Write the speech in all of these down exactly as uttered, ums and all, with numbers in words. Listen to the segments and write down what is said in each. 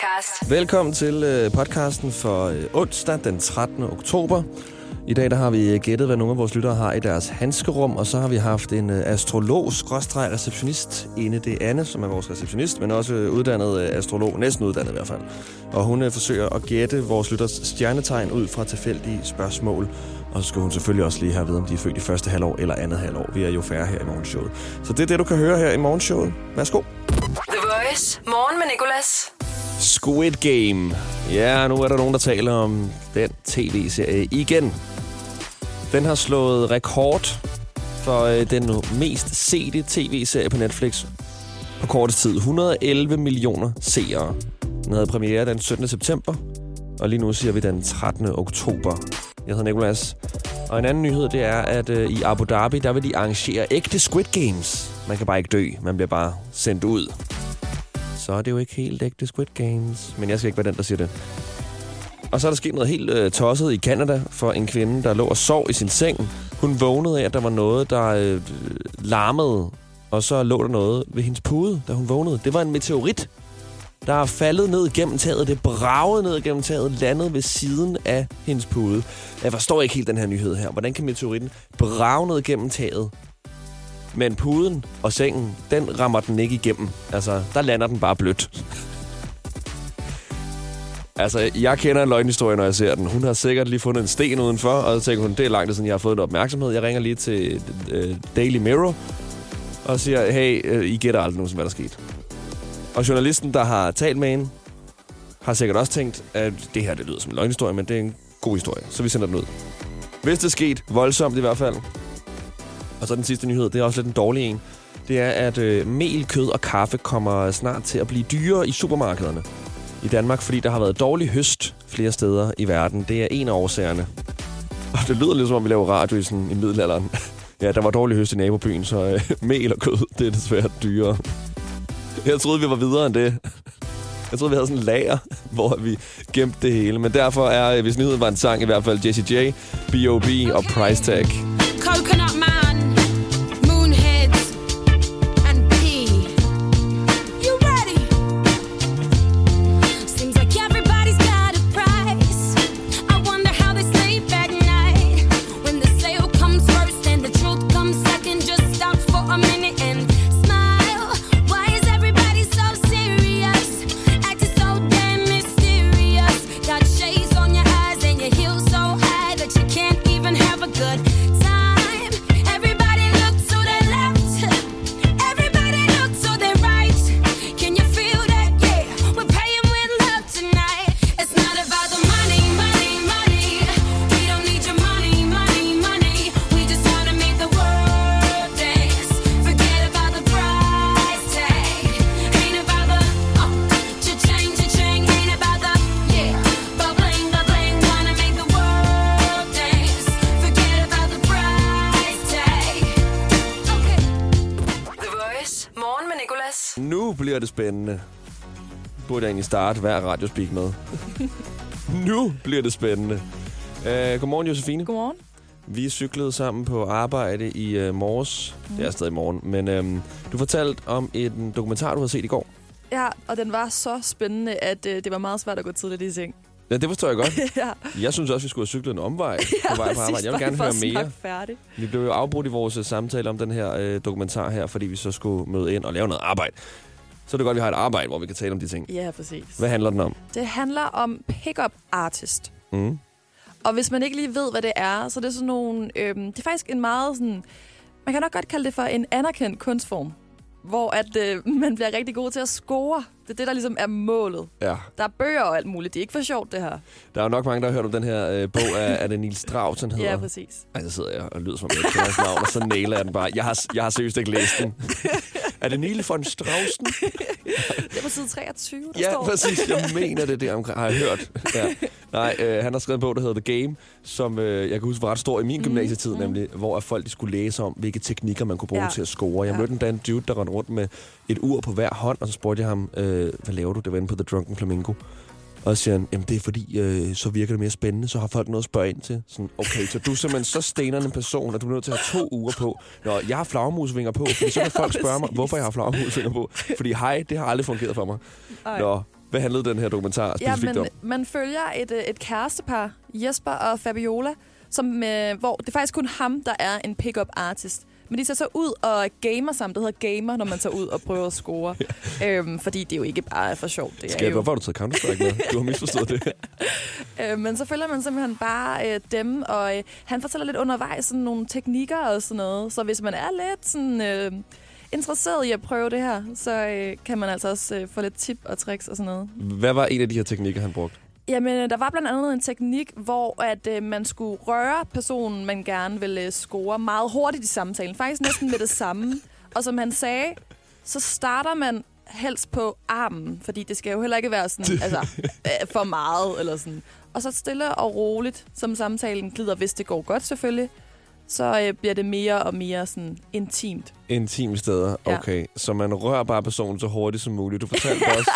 podcast. Velkommen til uh, podcasten for uh, onsdag den trettende oktober. I dag der har vi gættet, hvad nogle af vores lyttere har i deres handskerum, og så har vi haft en uh, astrolog-receptionist inde. Det er Anne, som er vores receptionist, men også uh, uddannet uh, astrolog, næsten uddannet i hvert fald. Og hun uh, forsøger at gætte vores lytters stjernetegn ud fra tilfældige spørgsmål. Og så skal hun selvfølgelig også lige have at vide, om de er født i første halvår eller andet halvår. Vi er jo færre her i morgenshowet. Så det er det, du kan høre her i morgenshowet. Værsgo. The Voice. Morgen med Nicolas. Squid Game. Ja, nu er der nogen, der taler om den tv-serie igen. Den har slået rekord for øh, den mest sete tv-serie på Netflix på kortest tid. et hundrede og elleve millioner seere. Den havde premiere den syttende september, og lige nu siger vi den trettende oktober. Jeg hedder Nicolas. Og en anden nyhed, det er, at øh, i Abu Dhabi, der vil de arrangere ægte Squid Games. Man kan bare ikke dø, man bliver bare sendt ud. Så er det jo ikke helt ægte Squid Games. Men jeg skal ikke være den, der siger det. Og så er der sket noget helt øh, tosset i Canada for en kvinde, der lå og sov i sin seng. Hun vågnede af, at der var noget, der øh, larmede. Og så lå der noget ved hendes pude, da hun vågnede. Det var en meteorit, der er faldet ned gennem taget. Det bragede ned gennem taget, landet ved siden af hendes pude. Jeg forstår ikke helt den her nyhed her. Hvordan kan meteoritten brage ned gennem taget? Men puden og sengen, den rammer den ikke igennem. Altså, der lander den bare blødt. Altså, jeg kender en løgnhistorie, når jeg ser den. Hun har sikkert lige fundet en sten udenfor, og så tænker hun, det er langt siden, jeg har fået en opmærksomhed. Jeg ringer lige til uh, Daily Mirror og siger, hey, uh, I gætter aldrig nogen, hvad der er sket. Og journalisten, der har talt med hende, har sikkert også tænkt, at det her, det lyder som en løgnhistorie, men det er en god historie, så vi sender den ud. Hvis det er sket, voldsomt i hvert fald. Og så den sidste nyhed, det er også lidt en dårlig en. Det er, at øh, mel, kød og kaffe kommer snart til at blive dyrere i supermarkederne i Danmark, fordi der har været dårlig høst flere steder i verden. Det er en af årsagerne. Og det lyder lidt som om, vi laver radio i, sådan, i middelalderen. Ja, der var dårlig høst i nabobyen, så øh, mel og kød, det er desværre dyrere. Jeg troede, vi var videre end det. Jeg troede, vi havde sådan en lager, hvor vi gemte det hele. Men derfor er, hvis nyheden var en sang, i hvert fald Jessie J, B O B okay. Og Price Tag. Coconut Man, Moonheads, and P. You ready? Seems like everybody's got a price. I wonder how they sleep at night. When the sale comes first and the truth comes second, just stop for a minute and smile. Why is everybody so serious? Acting so damn mysterious. Got shades on your eyes and your heels so high that you can't even have a good time. Nu bliver det spændende. Burde jeg egentlig starte hver radiospeak med. Nu bliver det spændende. Uh, godmorgen, Josefine. Godmorgen. Vi cyklede sammen på arbejde i uh, morges. Mm. Det er stadig i morgen. Men um, du fortalte om en dokumentar, du havde set i går. Ja, og den var så spændende, at uh, det var meget svært at gå tidligt i seng. Ja, det forstår jeg godt. Ja. Jeg synes også, vi skulle have cyklet en omvej ja, på vej på arbejde. Jeg vil gerne høre mere. Færdig. Vi blev jo afbrudt i vores uh, samtale om den her uh, dokumentar her, fordi vi så skulle møde ind og lave noget arbejde. Så er det godt, at vi har et arbejde, hvor vi kan tale om de ting. Ja, præcis. Hvad handler den om? Det handler om pick-up artist. Mm. Og hvis man ikke lige ved, hvad det er, så er det sådan nogle... Øhm, det er faktisk en meget sådan... Man kan nok godt kalde det for en anerkendt kunstform. Hvor at øh, man bliver rigtig god til at score. Det er det, der ligesom er målet. Ja. Der er bøger og alt muligt. Det er ikke for sjovt, det her. Der er jo nok mange, der har hørt om den her øh, bog af, af det Niels Strauss, den hedder. Ja, præcis. Ej, så sidder jeg og lyder som om jeg kender hans navn, og så nailer jeg den bare. Jeg har, jeg har seriøst ikke læst den. Er det Niels von Straussen? Det er på side treogtyve, der ja, står. Ja, præcis. Jeg mener det der omkring. Har jeg hørt. Ja. Nej, øh, han har skrevet en bog, der hedder The Game, som øh, jeg kan huske var ret stor i min gymnasietid, mm, nemlig, hvor folk de skulle læse om, hvilke teknikker man kunne bruge ja. til at score. Jeg ja. mødte en dag en dude, der rendte rundt med et ur på hver hånd, og så spurgte jeg ham, øh, hvad laver du? Det var inde på The Drunken Flamingo. Og så siger han, jamen det er fordi, øh, så virker det mere spændende, så har folk noget at spørge ind til. Sådan, okay, så du er simpelthen så stenerne en person, at du er nødt til at have to uger på. Nå, jeg har flagermusvinger på, fordi så kan folk spørge mig, hvorfor jeg har flagermusvinger på. Fordi hej, det har aldrig fungeret for mig. Ej. Nå, Hvad handlede den her dokumentar Ja, specifikt men om? man følger et, øh, et kærestepar, Jesper og Fabiola, som, øh, hvor det er faktisk kun ham, der er en pick-up artist. Men de tager så ud og gamer sammen. Det hedder gamer, når man tager ud og prøver at score. ja. øhm, fordi det jo ikke bare er for sjovt. Det Skat, er jo... hvorfor har du taget Counter-Strike med? Du har misforstået det. øh, men så følger man simpelthen bare øh, dem, og øh, han fortæller lidt undervejs sådan nogle teknikker og sådan noget. Så hvis man er lidt sådan... Øh, interesseret i at prøve det her, så øh, kan man altså også øh, få lidt tip og tricks og sådan noget. Hvad var en af de her teknikker, han brugte? Jamen, der var blandt andet en teknik, hvor at, øh, man skulle røre personen, man gerne ville øh, score meget hurtigt i samtalen. Faktisk næsten med det samme. Og som han sagde, så starter man helst på armen, fordi det skal jo heller ikke være sådan, altså, øh, for meget eller sådan. Og så stille og roligt, som samtalen glider, hvis det går godt selvfølgelig, så øh, bliver det mere og mere sådan intimt. Intime steder, okay. Ja. Så man rører bare personen så hurtigt som muligt. Du fortalte også...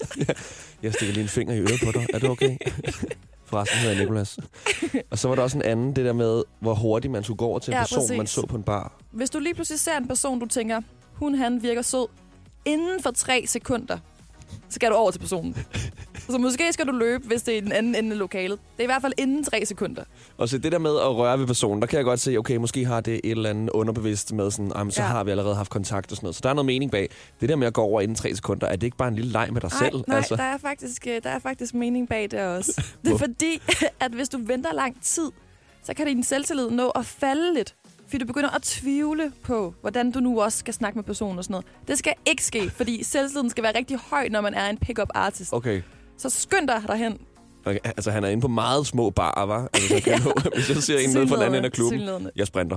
Jeg stikker lige en finger i øret på dig. Er det okay? Forresten hedder jeg Nicolas. Og så var der også en anden, det der med, hvor hurtigt man skulle gå over til en ja, person, præcis. man så på en bar. Hvis du lige pludselig ser en person, du tænker, hun, han virker sød, inden for tre sekunder, så skal du over til personen. Så måske skal du løbe, hvis det er i den anden ende af lokalet. Det er i hvert fald inden tre sekunder. Og så det der med at røre ved personen, der kan jeg godt se, okay, måske har det et eller andet underbevidst med sådan, ah, så ja. har vi allerede haft kontakt og sådan noget. Så der er noget mening bag. Det der med at gå over inden tre sekunder, er det ikke bare en lille leg med dig Ej, selv? Nej, altså? der, er faktisk, der er faktisk mening bag det også. Det er fordi, at hvis du venter lang tid, så kan din selvtillid nå at falde lidt. Fordi du begynder at tvivle på, hvordan du nu også skal snakke med personen og sådan noget. Det skal ikke ske, fordi selvtilliden skal være rigtig høj, når man er en pick-up artist. Okay. Så skynd dig derhen. Okay, altså, han er inde på meget små barer, hva'? Altså, jeg kan nå, hvis jeg ser en nede fra den anden ende af klubben, jeg sprinter.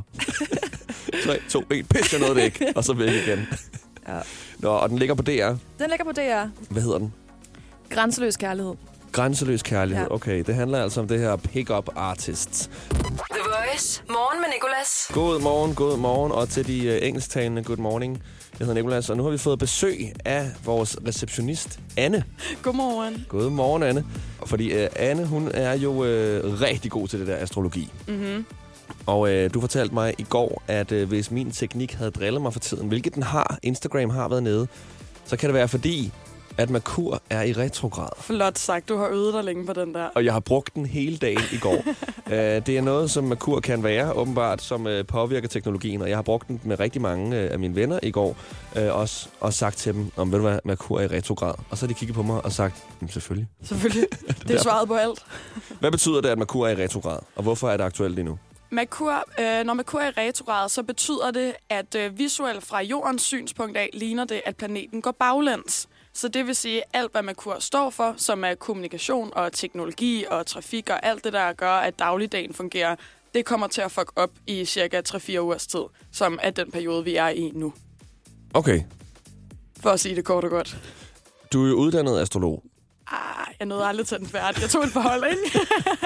tre, to, et, pis, jeg nåede det ikke. Og så væk igen. Ja. Nå, og den ligger på D R? Den ligger på D R. Hvad hedder den? Grænseløs kærlighed. Grænseløs kærlighed, ja. Okay. Det handler altså om det her pick-up artists. The Voice. Morgen med Nicolas. God morgen, god morgen. Og til de uh, engelsktalende, good morning. Jeg hedder Nicolas, og nu har vi fået besøg af vores receptionist, Anne. Godmorgen. Godmorgen, Anne. Fordi uh, Anne, hun er jo uh, rigtig god til det der astrologi. Mm-hmm. Og uh, du fortalte mig i går, at uh, hvis min teknik havde drillet mig for tiden, hvilket den har, Instagram har været nede, så kan det være fordi, at Merkur er i retrograd. Flot sagt, du har øvet dig længe på den der. Og jeg har brugt den hele dagen i går. uh, det er noget, som Merkur kan være, åbenbart, som uh, påvirker teknologien. Og jeg har brugt den med rigtig mange uh, af mine venner i går. Uh, også, og sagt til dem, om ved du hvad, Merkur er i retrograd. Og så har de kigget på mig og sagt, selvfølgelig. Selvfølgelig. Det er svaret på alt. Hvad betyder det, at Merkur er i retrograd? Og hvorfor er det aktuelt lige nu? Merkur, øh, når Merkur er i retrograd, så betyder det, at øh, visuelt fra jordens synspunkt af, ligner det, at planeten går baglæns. Så det vil sige, at alt, hvad Merkur står for, som er kommunikation og teknologi og trafik og alt det, der gør, at dagligdagen fungerer, det kommer til at fuck op i cirka tre fire ugers tid, som er den periode, vi er i nu. Okay. For at sige det kort og godt. Du er jo uddannet astrolog. Ah, jeg nåede aldrig til den færdig. Jeg tog et forhold, ikke?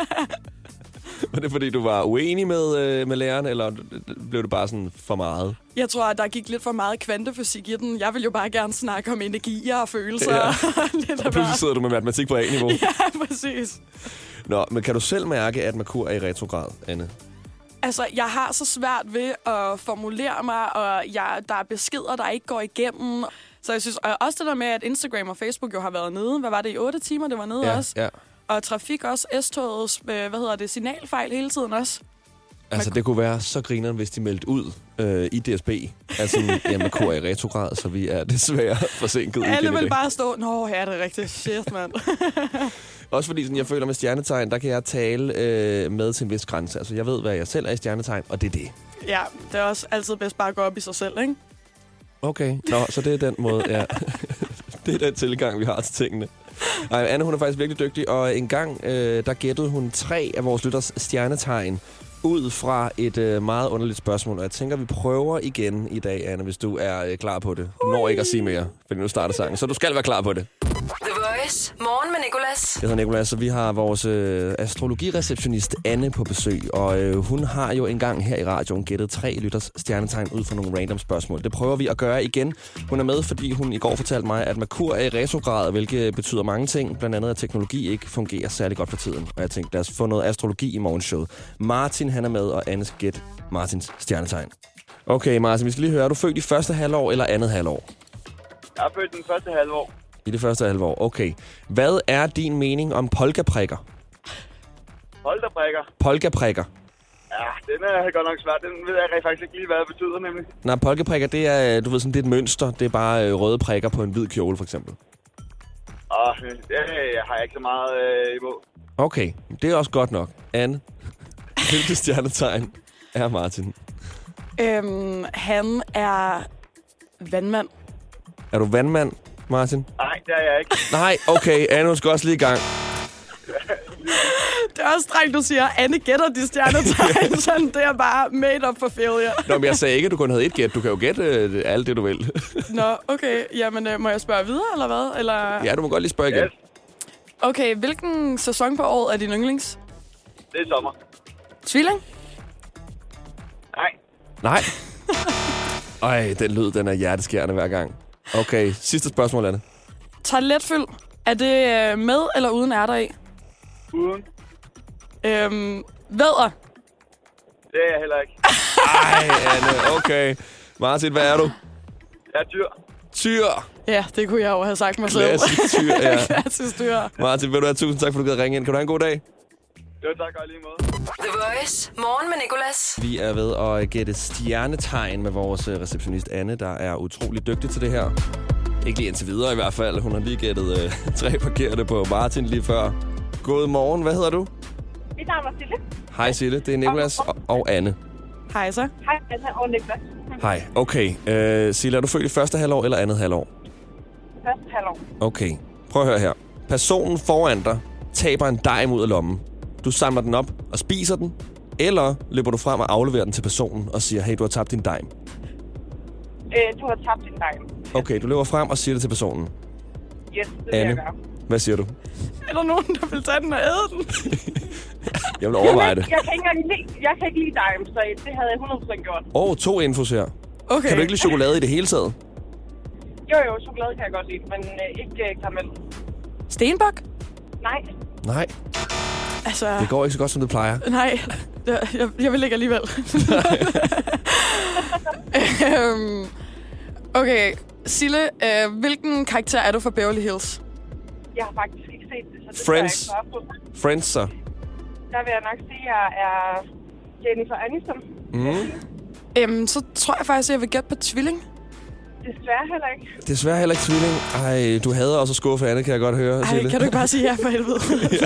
Var det, fordi du var uenig med, øh, med læreren, eller blev det bare sådan for meget? Jeg tror, at der gik lidt for meget kvantefysik i den. Jeg vil jo bare gerne snakke om energier og følelser. Ja. lidt og pludselig sidder du med matematik på A-niveau. Ja, præcis. Nå, men kan du selv mærke, at Merkur er i retrograd, Anne? Altså, jeg har så svært ved at formulere mig, og jeg, der er beskeder, der ikke går igennem. Så jeg synes, og også det der med, at Instagram og Facebook jo har været nede. Hvad var det, i otte timer, det var nede ja, også? Ja. Og trafik også, S-togets, hvad hedder det, signalfejl hele tiden også. Altså, det kunne være så grineren, hvis de meldte ud øh, i D S B. Altså, ja, Merkur er i retrograd, så vi er desværre forsinket. Alle vil bare stå, nå, her er det rigtigt. Shit, mand. Også fordi sådan, jeg føler med stjernetegn, der kan jeg tale øh, med til en vis grænse. Altså, jeg ved, hvad jeg selv er i stjernetegn, og det er det. Ja, det er også altid bedst bare at gå op i sig selv, ikke? Okay, nå, så det er den måde, ja. Det er den tilgang, vi har til tingene. Ej, Anne, hun er faktisk virkelig dygtig, og en gang, øh, der gættede hun tre af vores lytters stjernetegn ud fra et øh, meget underligt spørgsmål. Og jeg tænker, vi prøver igen i dag, Anne, hvis du er øh, klar på det. Du når ikke at sige mere, for nu starter sangen, så du skal være klar på det. The Voice. Morgen med Nicolas. Jeg hedder Nicolas, og vi har vores øh, astrologireceptionist Anne på besøg. Og øh, hun har jo engang her i radioen gættet tre lytters stjernetegn ud fra nogle random spørgsmål. Det prøver vi at gøre igen. Hun er med, fordi hun i går fortalte mig, at Merkur er i retrograd, hvilket betyder mange ting. Blandt andet, at teknologi ikke fungerer særlig godt for tiden. Og jeg tænkte, lad os få noget astrologi i morgenshowet. Martin, han er med, og Anne skal gætte Martins stjernetegn. Okay, Martin, vi skal lige høre. Er du født i første halvår eller andet halvår? Jeg er født den første halvår. I det første halve år, okay. Hvad er din mening om polkaprikker? Polkaprikker? Polkaprikker. Ja, den er godt nok svær. Den ved jeg rigtig faktisk ikke lige, hvad det betyder, nemlig. Nej, polkaprikker, det er, du ved, sådan, det er et mønster. Det er bare øh, røde prikker på en hvid kjole, for eksempel. Åh, det har jeg ikke så meget øh, imod. Okay, det er også godt nok. Anne, hvilket stjernetegn er Martin? Øhm, han er vandmand. Er du vandmand, Martin? Nej, det er jeg ikke. Nej, okay. Anne, du skal også lige i gang. Det er også strengt, du siger, Anne gætter de stjernetegn. Sådan, det er bare made up for failure. Nå, men jeg sagde ikke, at du kun havde et gæt. Du kan jo gætte øh, alt det, du vil. Nå, okay. Jamen, øh, må jeg spørge videre, eller hvad? Eller... Ja, du må godt lige spørge igen. Yes. Okay, hvilken sæson på året er din yndlings? Det er sommer. Tvilling? Nej. Nej. Ej, den lyd, den er hjerteskærende hver gang. Okay, sidste spørgsmål, Anne. Toiletfyld. Er det øh, med eller uden ærter i? Uden. Øhm, vædder. Det er jeg heller ikke. Ej, Anne, okay. Martin, hvad er du? Jeg er dyr. Tyr. Ja, det kunne jeg jo have sagt mig selv. Klassisk tyr, ja. Klassisk dyr. Martin, vil du have tusind tak, for du gad ringe ind. Kan du have en god dag? Jo, tak og i lige måde. The Voice. Morgen med Nicolas. Vi er ved at gætte stjernetegn med vores receptionist Anne, der er utrolig dygtig til det her. Ikke lige indtil videre i hvert fald. Hun har lige gættet øh, tre forkerte på Martin lige før. God morgen. Hvad hedder du? Mit navn er Sille. Hej Sille. Det er Nicolas og, og Anne. Hej så. Hej, Anna og Niklas. Hej. Okay. Øh, Sille, er du født i første halvår eller andet halvår? Første halvår. Okay. Prøv at høre her. Personen foran dig taber en dime ud af lommen. Du samler den op og spiser den, eller løber du frem og afleverer den til personen og siger, hey, du har tabt din dime. Øh, du har tabt din dime. Okay, du løber frem og siger det til personen. Yes, det vil Anne, jeg gøre. hvad siger du? Er der nogen, der vil tage den og æde den? Jeg vil overveje det. Jeg kan ikke engang lide, jeg kan ikke lide dime, så det havde jeg hundrede procent gjort. Åh, oh, to infos her. Okay. Kan du ikke lide chokolade i det hele taget? Jo, jo, chokolade kan jeg godt lide, men øh, ikke øh, karamel. Stenbuk? Nej. Nej, Altså... det går ikke så godt, som det plejer. Nej, jeg, jeg, jeg vil ikke alligevel. øhm, okay, Sille, øh, hvilken karakter er du for Beverly Hills? Jeg har faktisk ikke set det, så det Friends. kan jeg ikke svare på. Friends, så. Der vil jeg nok sige, at jeg er Jennifer Aniston. Mm. Øhm, så tror jeg faktisk, at jeg vil gætte på tvilling. Desværre heller ikke. Desværre heller ikke tvilling. Ej, du hader også at skuffe Anne, kan jeg godt høre. Ej, Sille. kan du ikke bare sige ja for helvede?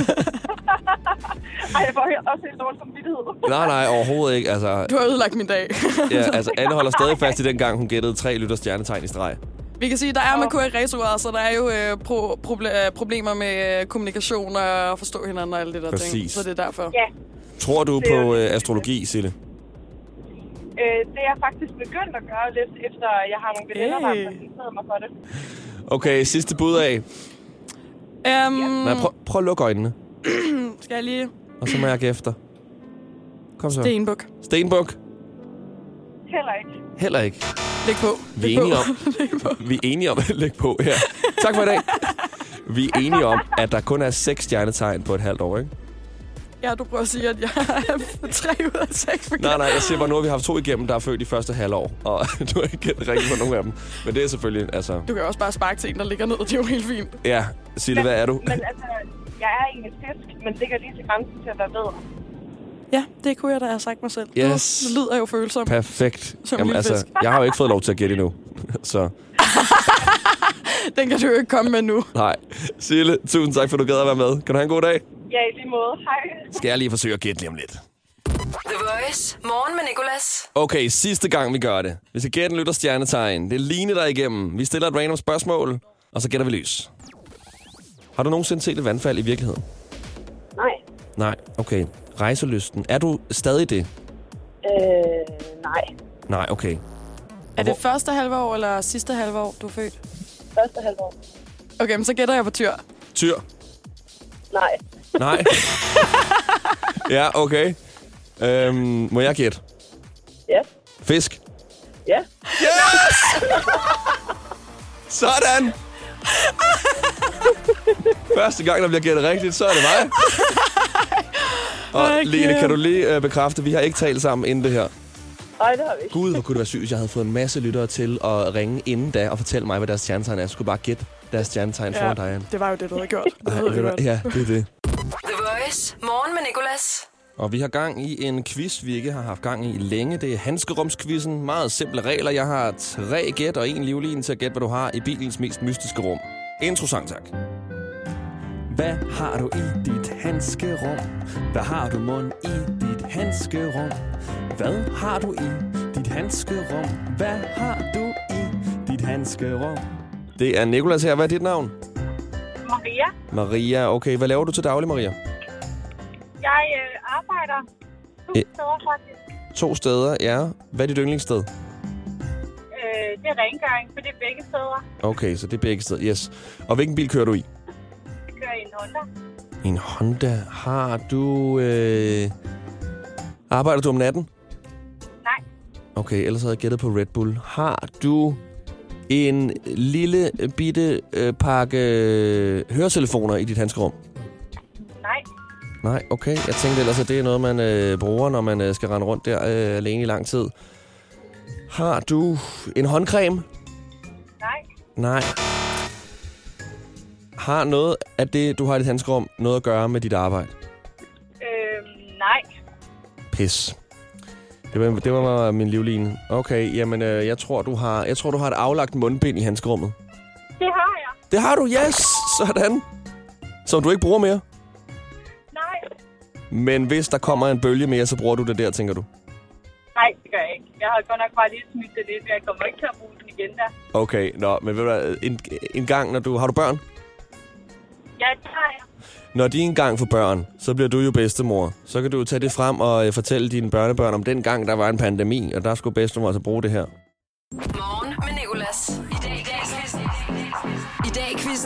Ej, jeg får også helt dårlig samvittighed. Nej, nej, overhovedet ikke. Altså, Du har ødelagt min dag. ja, altså, Anne holder stadig fast i den gang, hun gættede tre lytter stjernetegn i streg. Vi kan sige, at der er Merkur i retrograd, så der er jo øh, pro- proble- problemer med øh, kommunikation og at forstå hinanden og alt det der Præcis. ting. Så det er derfor. Ja, Tror du Det er på jo- øh, astrologi, Sille? øh, det er jeg faktisk begyndt at gøre lidt, efter jeg har nogle veninder, der har Hey. præsenteret mig for det. Okay, sidste bud af. Øhm, Nej, prøv, prøv at lukke øjnene, skal jeg lige... og så mærke efter. Kom så. Stenbuk. Stenbuk? Heller ikke. Heller ikke. Læg på. Vi er Læg enige på. om, Læg på. vi er enige om at lægge på her. Tak for i dag. Vi er enige om, at der kun er seks stjernetegn på et halvt år, ikke? Ja, du prøver at sige, at jeg er tre ud af seks. Nej, nej, jeg siger bare, nu har vi haft to igennem, der er født i første halvår, og du har ikke kendt rigtig på nogen af dem. Men det er selvfølgelig, altså... Du kan også bare sparke til en, der ligger ned, og det er jo helt fint. Ja, Sille, hvad er du? Men altså, jeg er egentlig fisk, men ligger lige til grænsen til at være bedre. Ja, det kunne jeg da have sagt mig selv. Yes. Du lyder jo følsom. Perfekt. Som Jamen, lille altså, fisk. jeg har jo ikke fået lov til at gætte endnu, så Den kan du jo ikke komme med nu. nej. Sille, tusind tak, for du gad at være med. Kan du have en god dag? Ja, i lige måde. Hej. Skal jeg lige forsøge at gætte lige om lidt. The Voice. Morgen med Nicolas. Okay, sidste gang vi gør det. Vi skal gætte en lytter stjernetegn. Det er Line, der er igennem. Vi stiller et random spørgsmål, og så gætter vi løs. Har du nogensinde set et vandfald i virkeligheden? Nej. Nej, okay. Rejselysten. Er du stadig det? Øh, nej. Nej, okay. Er det første halve år eller sidste halve år, du er født? Første halvår. Okay, men så gætter jeg på tyr. Tyr? Nej. Nej. Ja, okay. Øhm, må jeg gætte? Ja. Fisk? Ja. Yes! Sådan! Første gang, der bliver gættet rigtigt, så er det mig. Og Okay. Lene, kan du lige øh, bekræfte, at vi har ikke talt sammen inden det her? Nej, det har vi ikke. Gud, hvor kunne det være sygt, hvis jeg havde fået en masse lyttere til at ringe inden da og fortælle mig, hvad deres stjernetegn er. Så skulle jeg bare gætte deres stjernetegn foran dig, Anne. det var jo det, du havde gjort. Det Ej, ved ved jeg du godt. hvad? Ja, det er det. The Voice. Morgen med Nicolas. Og vi har gang i en quiz, vi ikke har haft gang i længe. Det er handskerumsquizzen. Meget simple regler. Jeg har tre gæt og en livline til at gætte, hvad du har i bilens mest mystiske rum. Intro-sang, tak. Hvad har du i dit handskerum? Hvad har du mund i dit handskerum? Hvad har du i dit handskerum? Hvad har du i dit handskerum? Det er Nicolas her. Hvad er dit navn? Maria. Maria. Okay, hvad laver du til daglig, Maria? Jeg øh, arbejder to Ja. steder faktisk. To steder, ja. Hvad er dit yndlingssted? Øh, det er rengøring, for det er begge steder. Okay, så det er begge steder. Yes. Og hvilken bil kører du i? Jeg kører i en Honda. En Honda. Har du... Øh... Arbejder du om natten? Nej. Okay, ellers havde jeg gættet på Red Bull. Har du en lille bitte øh, pakke øh, høretelefoner i dit handskerum? Nej. Nej, okay. Jeg tænkte ellers, at det er noget, man øh, bruger, når man øh, skal rende rundt der øh, alene i lang tid. Har du en håndcreme? Nej. Nej. Har noget af det, du har i dit handskerum, noget at gøre med dit arbejde? Øh, nej. Pis. Det var, det var min livline. Okay, jamen, øh, jeg tror, du har, jeg tror, du har et aflagt mundbind i handskerummet. Det har jeg. Det har du, yes! Sådan. Som du ikke bruger mere. Nej. Men hvis der kommer en bølge mere, så bruger du det der, tænker du? Nej, det gør jeg ikke. Jeg har godt nok bare lige smidt det lidt, men jeg kommer ikke til at bruge den igen der. Okay, nå, men ved du hvad, en, en gang, når du... Har du børn? Ja, det har jeg. Når de engang får børn, så bliver du jo bedstemor. Så kan du jo tage det frem og øh, fortælle dine børnebørn om den gang, der var en pandemi, og der skulle bedstemor altså bruge det her. Morgen med Nicolas. I dag i quizzen. I dag i quizzen.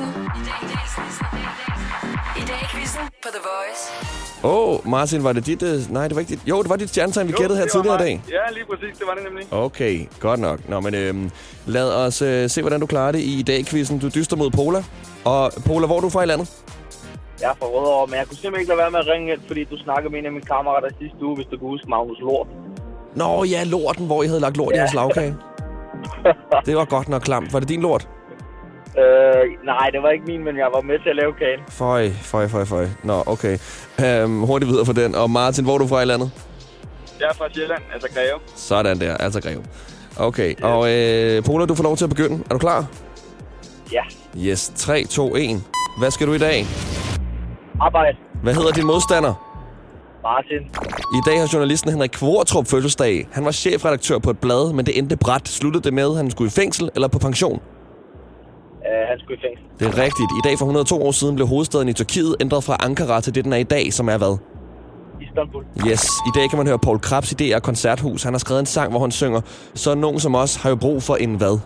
I dag i quizzen på The Voice. Åh, oh, Martin, var det dit... Uh, nej, det var ikke dit... Jo, det var dit stjernetegn, vi Jo, gættede her det var tidligere i mig. dag. Ja, lige præcis. Det var det nemlig. Okay, godt nok. Nå, men øhm, lad os øh, se, hvordan du klarer det i dag-quizzen. Du dyster mod Pola. Og Pola, hvor er du fra i landet? Jeg er fra Rødovre, men jeg kunne simpelthen ikke lade være med at ringe ind, fordi du snakkede med en af mine kammerater sidste uge, hvis du kan huske Magnus Lort. Nå ja, lorten, hvor I havde lagt lort ja. i hans lavkage. Det var godt nok klamt. Var det din lort? Øh, nej, det var ikke min, men jeg var med til at lave kagen. Føj, føj, føj, føj. Nå, okay. Øhm, hurtigt videre for den. Og Martin, hvor er du fra i landet? Jeg er fra Sjælland, altså Greve. Sådan der, altså Greve. Okay, yes. Og øh, Pola, du får lov til at begynde. Er du klar? Ja. Yes, tre, to, et. Hvad skal du i dag? Arbejde. Hvad hedder din modstander? Martin. I dag har journalisten Henrik Kvortrup fødselsdag. Han var chefredaktør på et blad, men det endte brat. Sluttede det med, at han skulle i fængsel eller på pension? Uh, han skulle i fængsel. Det er rigtigt. I dag for et hundrede og to år siden blev hovedstaden i Tyrkiet ændret fra Ankara til det, den er i dag, som er hvad? Istanbul. Yes. I dag kan man høre Poul Krebs i D R Koncerthus. Han har skrevet en sang, hvor han synger, så nogen som os har jo brug for en hvad?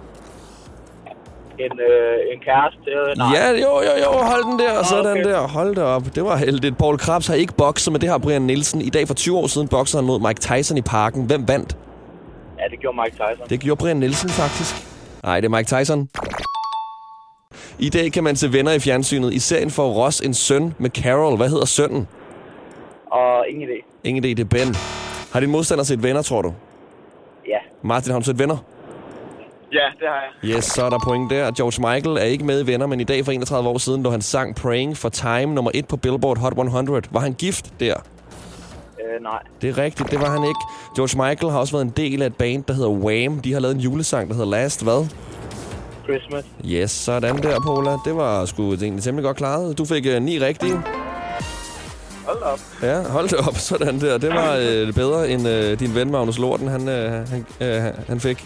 En, øh, en kæreste. Øh, nej. Ja, jo, jo, jo. Hold den der. Nå, Sådan okay. der. Hold det op. Det var heldigt. Poul Krebs har ikke bokset, men det har Brian Nielsen. I dag for tyve år siden boksede han mod Mike Tyson i Parken. Hvem vandt? Ja, det gjorde Mike Tyson. Det gjorde Brian Nielsen faktisk. Nej, det er Mike Tyson. I dag kan man se Venner i fjernsynet. I serien får Ross en søn med Carol. Hvad hedder sønnen? Og ingen idé. Ingen idé, det er Ben. Har din modstander set Venner, tror du? Ja. Martin, har du set Venner? Ja, det har jeg. Yes, så er der point der. George Michael er ikke med i Venner, men i dag for enogtredive år siden, da han sang Praying for Time, nummer et på Billboard Hot hundrede. Var han gift der? Øh, nej. Det er rigtigt, det var han ikke. George Michael har også været en del af et band, der hedder Wham. De har lavet en julesang, der hedder Last hvad? Christmas. Yes, sådan der, Pola. Det var sgu egentlig temmelig godt klaret. Du fik uh, ni rigtige. Hold op. Ja, hold det op. Sådan der. Det var uh, bedre end uh, din ven Magnus Lorten, han, uh, han, uh, han fik.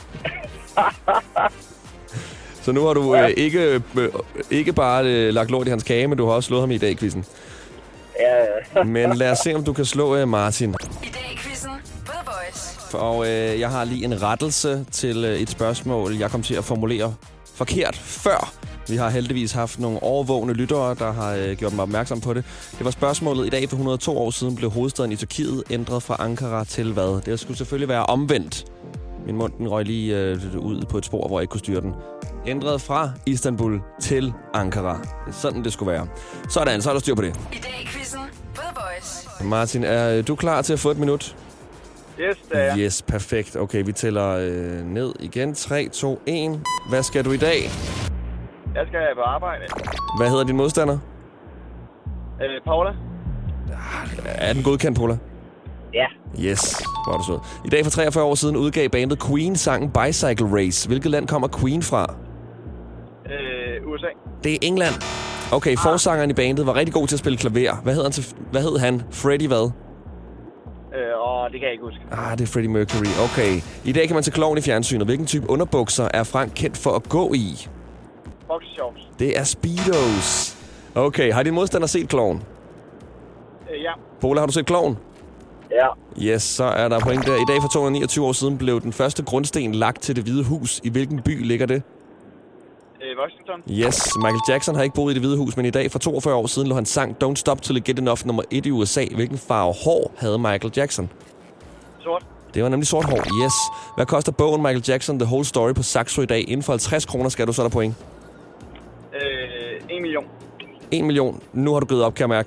Så nu har du uh, ikke, uh, ikke bare uh, lagt lort i hans kage, men du har også slået ham i dag-quizzen. Ja, ja. Men lad os se, om du kan slå uh, Martin. I dag i quizzen på The Voice. Og uh, jeg har lige en rettelse til uh, et spørgsmål, jeg kom til at formulere forkert før. Vi har heldigvis haft nogle overvågne lyttere, der har øh, gjort mig opmærksom på det. Det var spørgsmålet, i dag for et hundrede og to år siden blev hovedstaden i Tyrkiet ændret fra Ankara til hvad? Det skulle selvfølgelig være omvendt. Min mund den røg lige øh, ud på et spor, hvor jeg ikke kunne styre den. Ændret fra Istanbul til Ankara. Det er sådan, det skulle være. Sådan, så er der styr på det. I dag i quizzen på The Voice. Martin, er du klar til at få et minut? Yes, det er jeg. Yes, perfekt. Okay, vi tæller øh, ned igen. tre, to, et. Hvad skal du i dag? Jeg skal på arbejde. Hvad hedder din modstander? Øh, Paula? Er den godkendt, Paula? Ja. Yes, hvor er du sød. I dag for treogfyrre år siden udgav bandet Queen sangen Bicycle Race. Hvilket land kommer Queen fra? Øh, U S A. Det er England. Okay, forsangeren i bandet var rigtig god til at spille klaver. Hvad hed han? Til, hvad hed han? Freddie hvad? Øh, åh, det kan jeg ikke huske. Ah, det er Freddie Mercury. Okay. I dag kan man til klovn i fjernsynet. Hvilken type underbukser er Frank kendt for at gå i? Boxershorts. Det er Speedos. Okay, har din modstander set klovn? Øh, ja. Paula, har du set klovn? Ja. Yes, så er der point der. I dag for to hundrede niogtyve år siden blev den første grundsten lagt til Det Hvide Hus. I hvilken by ligger det? Øh, Washington. Yes, Michael Jackson har ikke boet i Det Hvide Hus, men i dag for toogfyrre år siden lå han sang Don't Stop Till You Get Enough nummer et i U S A. Hvilken farve hår havde Michael Jackson? Sort. Det var nemlig sort hår, yes. Hvad koster bogen Michael Jackson The Whole Story på Saxo i dag? Inden for halvtreds kroner skal du, så er der point. Øh, en million. en million. Nu har du givet op, kan jeg mærke.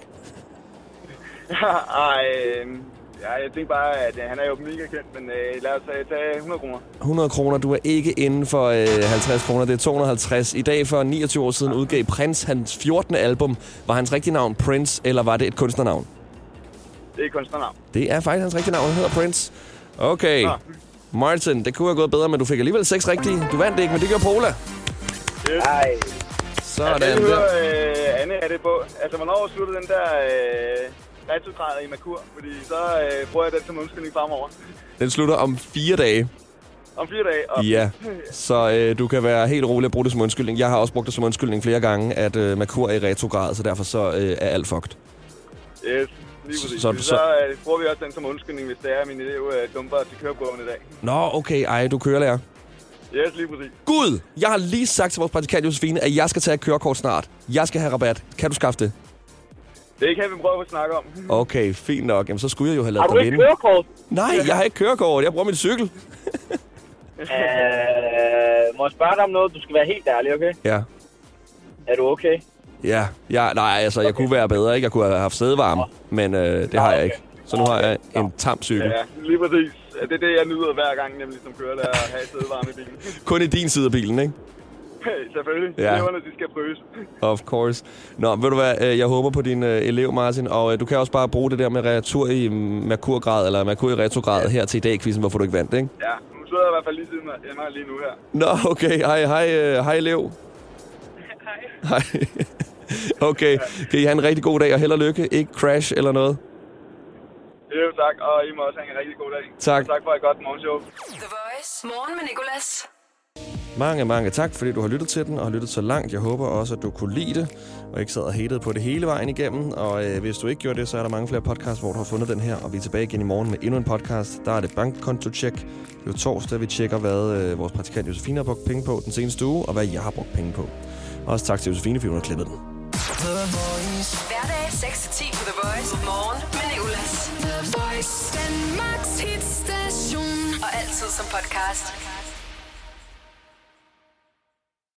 Ej, øh, ja, jeg tænker bare, at øh, han er jo mega kendt, men øh, lad os tage, tage hundrede kroner. hundrede kroner. Du er ikke inden for øh, halvtreds kroner. Det er to hundrede og halvtreds. I dag for niogtyve år siden udgav Prince hans fjortende album. Var hans rigtige navn Prince, eller var det et kunstnernavn? Det er kunstnernavn. Det er faktisk hans rigtige navn. Han hedder Prince. Okay. Nå. Martin, det kunne have gået bedre, men du fik alligevel seks rigtige. Du vandt det ikke, men det gjorde Paula. Yes. Ej. Sådan jeg vil der. høre, øh, Anne, er det på? Altså, hvornår slutter den der øh, retrograd i Merkur? Fordi så øh, bruger jeg den som undskyldning fremover. Den slutter om fire dage. Om fire dage. Og... Ja, så øh, du kan være helt rolig at bruge det som undskyldning. Jeg har også brugt det som undskyldning flere gange, at øh, Merkur er i retrograd, så derfor så øh, er alt fucked. Yes, lige præcis. Så- Så, så- så øh, bruger vi også den som undskyldning, hvis det er, at min elev øh, dumper til køreprøven i dag. Nå, okay. Ej, du kører lærer. Yes, lige præcis. Gud! Jeg har lige sagt til vores praktikant Josefine, at jeg skal tage et kørekort snart. Jeg skal have rabat. Kan du skaffe det? Det kan vi prøve at snakke om. Okay, fint nok. Jamen, så skulle jeg jo have Har ladet du dig ikke vinde. kørekort? Nej, jeg har ikke kørekort. Jeg bruger min cykel. Øh, må jeg spørge dig om noget? Du skal være helt ærlig, okay? Ja. Er du okay? Ja, ja, nej, altså, jeg kunne være bedre, ikke? Jeg kunne have haft sædevarme, men øh, det har jeg ikke. Så nu har jeg en tam cykel. Ja, lige præcis. Det er det, jeg nyder hver gang, nemlig som kørelærer, at have sædevarme i bilen. Kun i din side af bilen, ikke? Selvfølgelig. Ja. Eleverne, de skal prøves. Of course. Nå, ved du hvad, øh, jeg håber på din øh, elev, Martin, og øh, du kan også bare bruge det der med retur i Merkurgrad, eller Merkur i retrograd ja. her til i dag, quizzen, hvorfor du ikke vandt, ikke? Ja, nu sidder jeg i hvert fald lige siden af mig lige nu her. Nå, okay. Hej, hej, øh, hej elev. Hej. Hej. Okay, kan I have en rigtig god dag, og held og lykke. Ikke crash eller noget. Jo, tak, og I må også have en rigtig god dag. Tak. Og tak for et godt morgenshow. The Voice. Morgen med Nicolas. Mange, mange tak, fordi du har lyttet til den, og har lyttet så langt. Jeg håber også, at du kunne lide det, og ikke sad og hatede på det hele vejen igennem. Og øh, hvis du ikke gjorde det, så er der mange flere podcasts, hvor du har fundet den her. Og vi er tilbage igen i morgen med endnu en podcast. Der er det bankkonto-check. Det er jo torsdag, vi tjekker, hvad øh, vores praktikant Josefine har brugt penge på den seneste uge, og hvad jeg har brugt penge på. Også tak til Josefine, fordi hun har klippet den. Hverdag seks til ti på The Voice. Morgen med Nicolas. The Voice, Danmarks hitstation. Og altid som podcast.